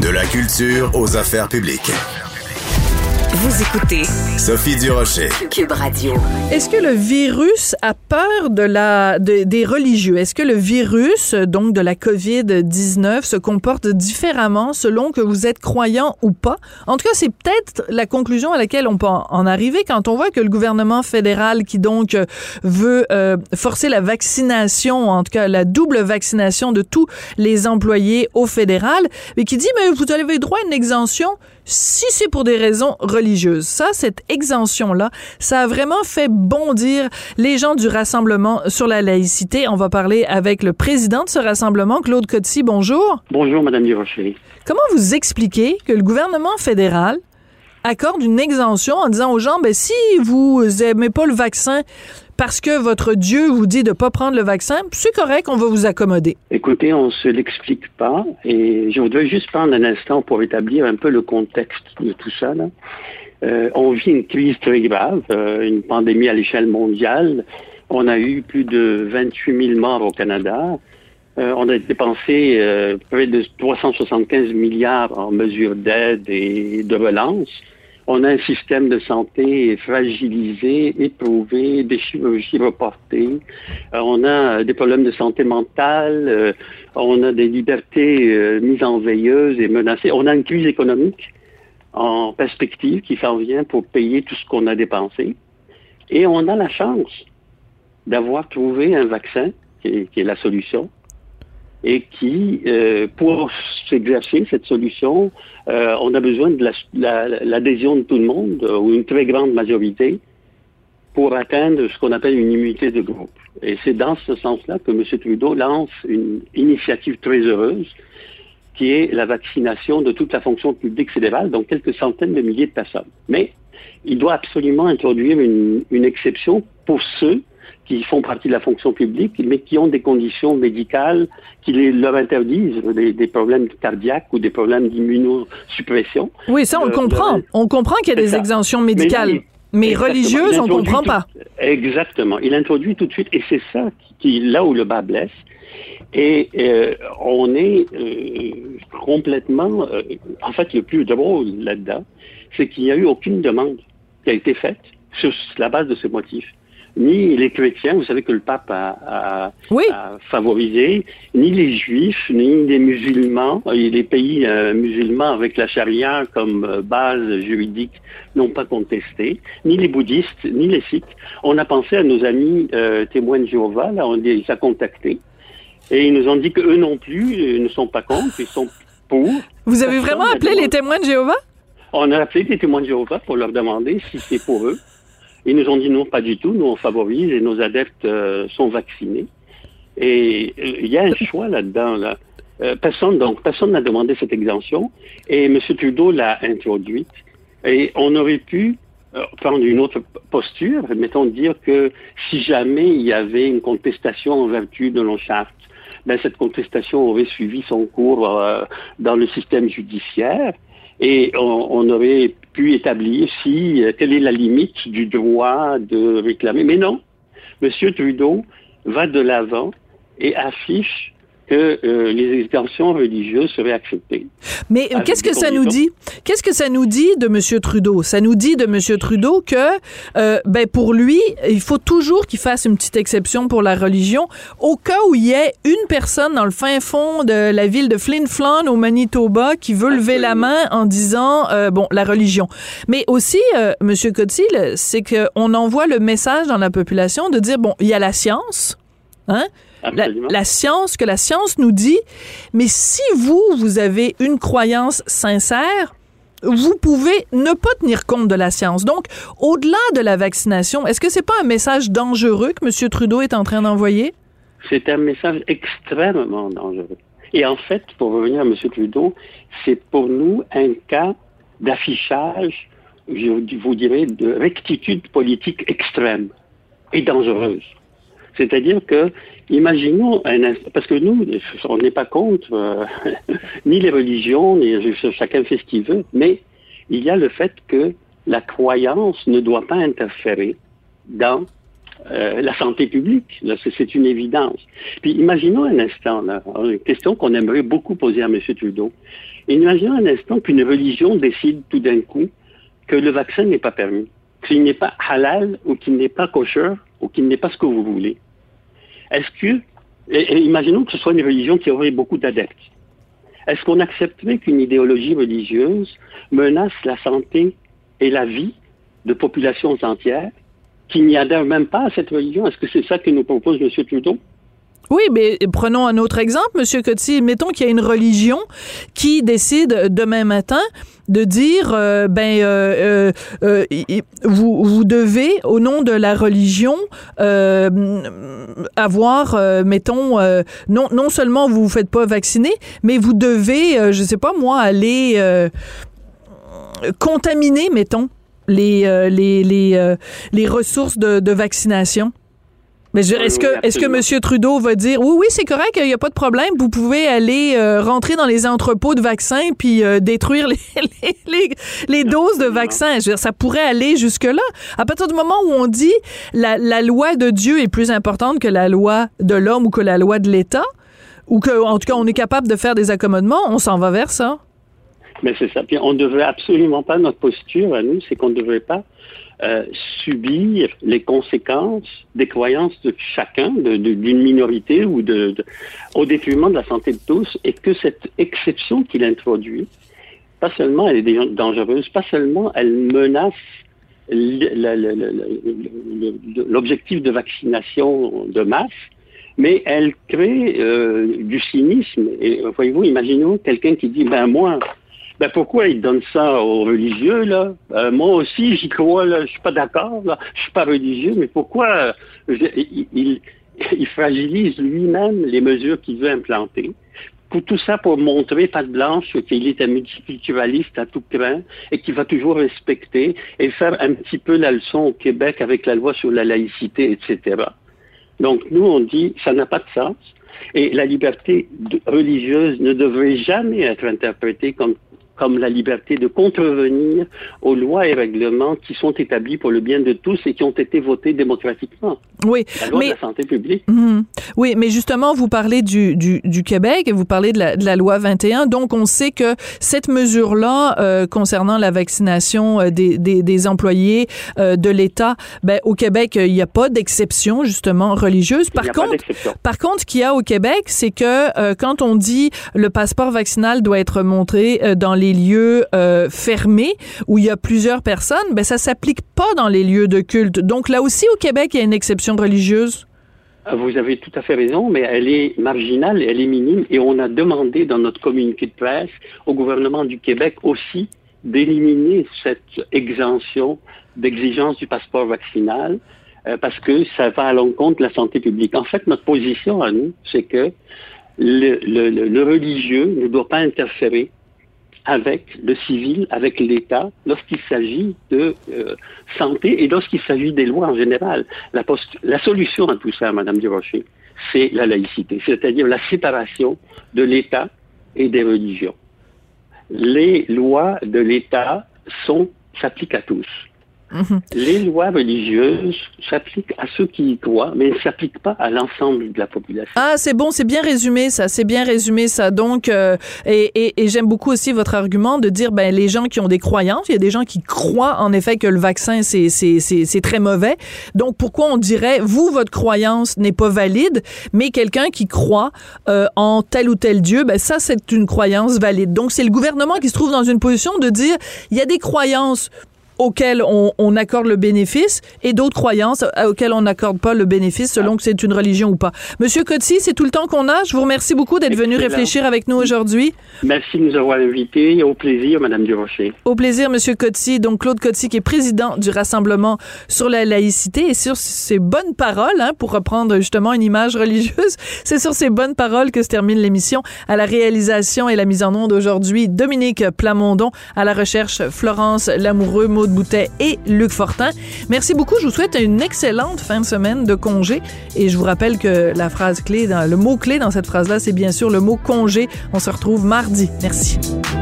De la culture aux affaires publiques. Vous écoutez Sophie Durocher. Cube Radio. Est-ce que le virus a peur des religieux? Est-ce que le virus, donc de la COVID-19, se comporte différemment selon que vous êtes croyant ou pas? En tout cas, c'est peut-être la conclusion à laquelle on peut en arriver quand on voit que le gouvernement fédéral, qui donc veut forcer la vaccination, en tout cas la double vaccination de tous les employés au fédéral, mais qui dit, mais vous avez droit à une exemption si c'est pour des raisons religieuses. Ça, cette exemption-là, ça a vraiment fait bondir les gens du Rassemblement sur la laïcité. On va parler avec le président de ce rassemblement, Claude Coetzee. Bonjour. Bonjour, Madame Durocher. Comment vous expliquez que le gouvernement fédéral accorde une exemption en disant aux gens, ben si vous aimez pas le vaccin parce que votre Dieu vous dit de pas prendre le vaccin, c'est correct, on va vous accommoder. Écoutez, on se l'explique pas et je voudrais juste prendre un instant pour établir un peu le contexte de tout ça, là. On vit une crise très grave, une pandémie à l'échelle mondiale. On a eu plus de 28 000 morts au Canada. On a dépensé près de 375 milliards en mesures d'aide et de relance. On a un système de santé fragilisé, éprouvé, des chirurgies reportées. On a des problèmes de santé mentale. On a des libertés mises en veilleuse et menacées. On a une crise économique en perspective qui s'en vient pour payer tout ce qu'on a dépensé. Et on a la chance d'avoir trouvé un vaccin qui est la solution. Et qui, pour s'exercer cette solution, on a besoin de l'adhésion de tout le monde, ou une très grande majorité, pour atteindre ce qu'on appelle une immunité de groupe. Et c'est dans ce sens-là que M. Trudeau lance une initiative très heureuse, qui est la vaccination de toute la fonction publique fédérale, donc quelques centaines de milliers de personnes. Mais il doit absolument introduire une exception pour ceux qui font partie de la fonction publique, mais qui ont des conditions médicales qui leur interdisent des problèmes cardiaques ou des problèmes d'immunosuppression. Oui, ça, on le comprend. On comprend qu'il y a des exemptions médicales, mais religieuses, on ne comprend pas. Exactement. Il introduit tout de suite, et c'est ça là où le bas blesse. Et on est complètement... en fait, le plus drôle là-dedans, c'est qu'il n'y a eu aucune demande qui a été faite sur la base de ce motif. Ni les chrétiens, vous savez que le pape a favorisé, ni les juifs, ni les musulmans, et les pays musulmans avec la charia comme base juridique n'ont pas contesté, ni les bouddhistes, ni les sikhs. On a pensé à nos amis témoins de Jéhovah, là, on les a contactés, et ils nous ont dit qu'eux non plus ne sont pas contre, ils sont pour. Vous avez vraiment appelé les témoins de Jéhovah? On a appelé les témoins de Jéhovah pour leur demander si c'est pour eux. Ils nous ont dit non, pas du tout, nous on favorise et nos adeptes sont vaccinés. Et il y a un choix là-dedans. Là. Personne n'a demandé cette exemption et M. Trudeau l'a introduite. Et on aurait pu prendre une autre posture, mettons dire que si jamais il y avait une contestation en vertu de nos chartes, ben cette contestation aurait suivi son cours dans le système judiciaire. Et on aurait pu établir quelle est la limite du droit de réclamer. Mais non, M. Trudeau va de l'avant et affiche que les exemptions religieuses seraient acceptées. Mais qu'est-ce que ça nous dit? Qu'est-ce que ça nous dit de M. Trudeau? Ça nous dit de M. Trudeau que, pour lui, il faut toujours qu'il fasse une petite exception pour la religion, au cas où il y ait une personne dans le fin fond de la ville de Flin Flon, au Manitoba, qui veut lever la main en disant, la religion. Mais aussi, M. Coetzee, c'est qu'on envoie le message dans la population de dire, il y a la science, hein? La science, que la science nous dit, mais si vous avez une croyance sincère, vous pouvez ne pas tenir compte de la science. Donc, au-delà de la vaccination, est-ce que c'est pas un message dangereux que M. Trudeau est en train d'envoyer? C'est un message extrêmement dangereux. Et en fait, pour revenir à M. Trudeau, c'est pour nous un cas d'affichage, je vous dirais, de rectitude politique extrême et dangereuse. C'est-à-dire que, imaginons parce que nous, on n'est pas contre ni les religions, ni chacun fait ce qu'il veut, mais il y a le fait que la croyance ne doit pas interférer dans la santé publique. Là, c'est une évidence. Puis imaginons un instant, là, une question qu'on aimerait beaucoup poser à M. Trudeau. Imaginons un instant qu'une religion décide tout d'un coup que le vaccin n'est pas permis, qu'il n'est pas halal ou qu'il n'est pas kosher ou qu'il n'est pas ce que vous voulez. Est-ce que, et imaginons que ce soit une religion qui aurait beaucoup d'adeptes. Est-ce qu'on accepterait qu'une idéologie religieuse menace la santé et la vie de populations entières qui n'y adhèrent même pas à cette religion? Est-ce que c'est ça que nous propose M. Trudeau? Oui, mais prenons un autre exemple, M. Coetzee. Mettons qu'il y a une religion qui décide demain matin de dire, vous devez, au nom de la religion, avoir, non seulement vous faites pas vacciner, mais vous devez, je sais pas moi, aller contaminer, mettons, les ressources de vaccination. Mais est-ce que M. Trudeau va dire oui, c'est correct, il n'y a pas de problème, vous pouvez aller rentrer dans les entrepôts de vaccins puis détruire les doses de vaccins. Je veux dire, ça pourrait aller jusque-là. À partir du moment où on dit la loi de Dieu est plus importante que la loi de l'homme ou que la loi de l'État, ou que, en tout cas, on est capable de faire des accommodements, on s'en va vers ça. Mais c'est ça. Puis on ne devrait absolument pas, notre posture à nous, c'est qu'on ne devrait pas subir les conséquences des croyances de chacun, d'une minorité ou au détriment de la santé de tous, et que cette exception qu'il introduit, pas seulement elle est dangereuse, pas seulement elle menace l'objectif de vaccination de masse, mais elle crée du cynisme. Et voyez-vous, imaginons quelqu'un qui dit, pourquoi il donne ça aux religieux, là? Moi aussi, j'y crois, là. Je suis pas d'accord, là. Je suis pas religieux, mais pourquoi il fragilise lui-même les mesures qu'il veut implanter? Tout ça pour montrer patte blanche qu'il est un multiculturaliste à tout crin et qu'il va toujours respecter et faire un petit peu la leçon au Québec avec la loi sur la laïcité, etc. Donc, nous, on dit, ça n'a pas de sens. Et la liberté religieuse ne devrait jamais être interprétée comme la liberté de contrevenir aux lois et règlements qui sont établis pour le bien de tous et qui ont été votés démocratiquement. Oui, la loi de la santé publique. Oui, mais justement, vous parlez du Québec et vous parlez de la loi 21. Donc, on sait que cette mesure-là, concernant la vaccination des employés de l'État, au Québec, il n'y a pas d'exception, justement, religieuse. Par contre, ce qu'il y a au Québec, c'est que quand on dit le passeport vaccinal doit être montré dans les lieux fermés où il y a plusieurs personnes, ça s'applique pas dans les lieux de culte. Donc là aussi au Québec, il y a une exception religieuse. Vous avez tout à fait raison, mais elle est marginale, elle est minime, et on a demandé dans notre communiqué de presse au gouvernement du Québec aussi d'éliminer cette exemption d'exigence du passeport vaccinal parce que ça va à l'encontre de la santé publique. En fait, notre position à nous, c'est que le religieux ne doit pas interférer avec le civil, avec l'État, lorsqu'il s'agit de santé et lorsqu'il s'agit des lois en général. La solution à tout ça, Mme Durocher, c'est la laïcité, c'est-à-dire la séparation de l'État et des religions. Les lois de l'État s'appliquent à tous. Les lois religieuses s'appliquent à ceux qui y croient, mais ne s'appliquent pas à l'ensemble de la population. Ah, c'est bon, c'est bien résumé ça. Donc, et j'aime beaucoup aussi votre argument de dire, les gens qui ont des croyances, il y a des gens qui croient en effet que le vaccin c'est très mauvais. Donc, pourquoi on dirait, votre croyance n'est pas valide, mais quelqu'un qui croit en tel ou tel Dieu, ça c'est une croyance valide. Donc, c'est le gouvernement qui se trouve dans une position de dire, il y a des croyances auxquelles on accorde le bénéfice et d'autres croyances auxquelles on n'accorde pas le bénéfice selon que c'est une religion ou pas. Monsieur Coetzee, c'est tout le temps qu'on a. Je vous remercie beaucoup d'être venu réfléchir avec nous aujourd'hui. Merci de nous avoir invités et au plaisir, Mme Durocher. Au plaisir, Monsieur Coetzee. Donc, Claude Coetzee, qui est président du Rassemblement sur la laïcité, et sur ces bonnes paroles, pour reprendre justement une image religieuse, c'est sur ces bonnes paroles que se termine l'émission. À la réalisation et la mise en onde aujourd'hui, Dominique Plamondon. À la recherche, Florence Lamoureux, Maude Boutet et Luc Fortin. Merci beaucoup. Je vous souhaite une excellente fin de semaine de congé. Et je vous rappelle que la phrase clé, le mot clé dans cette phrase-là, c'est bien sûr le mot congé. On se retrouve mardi. Merci.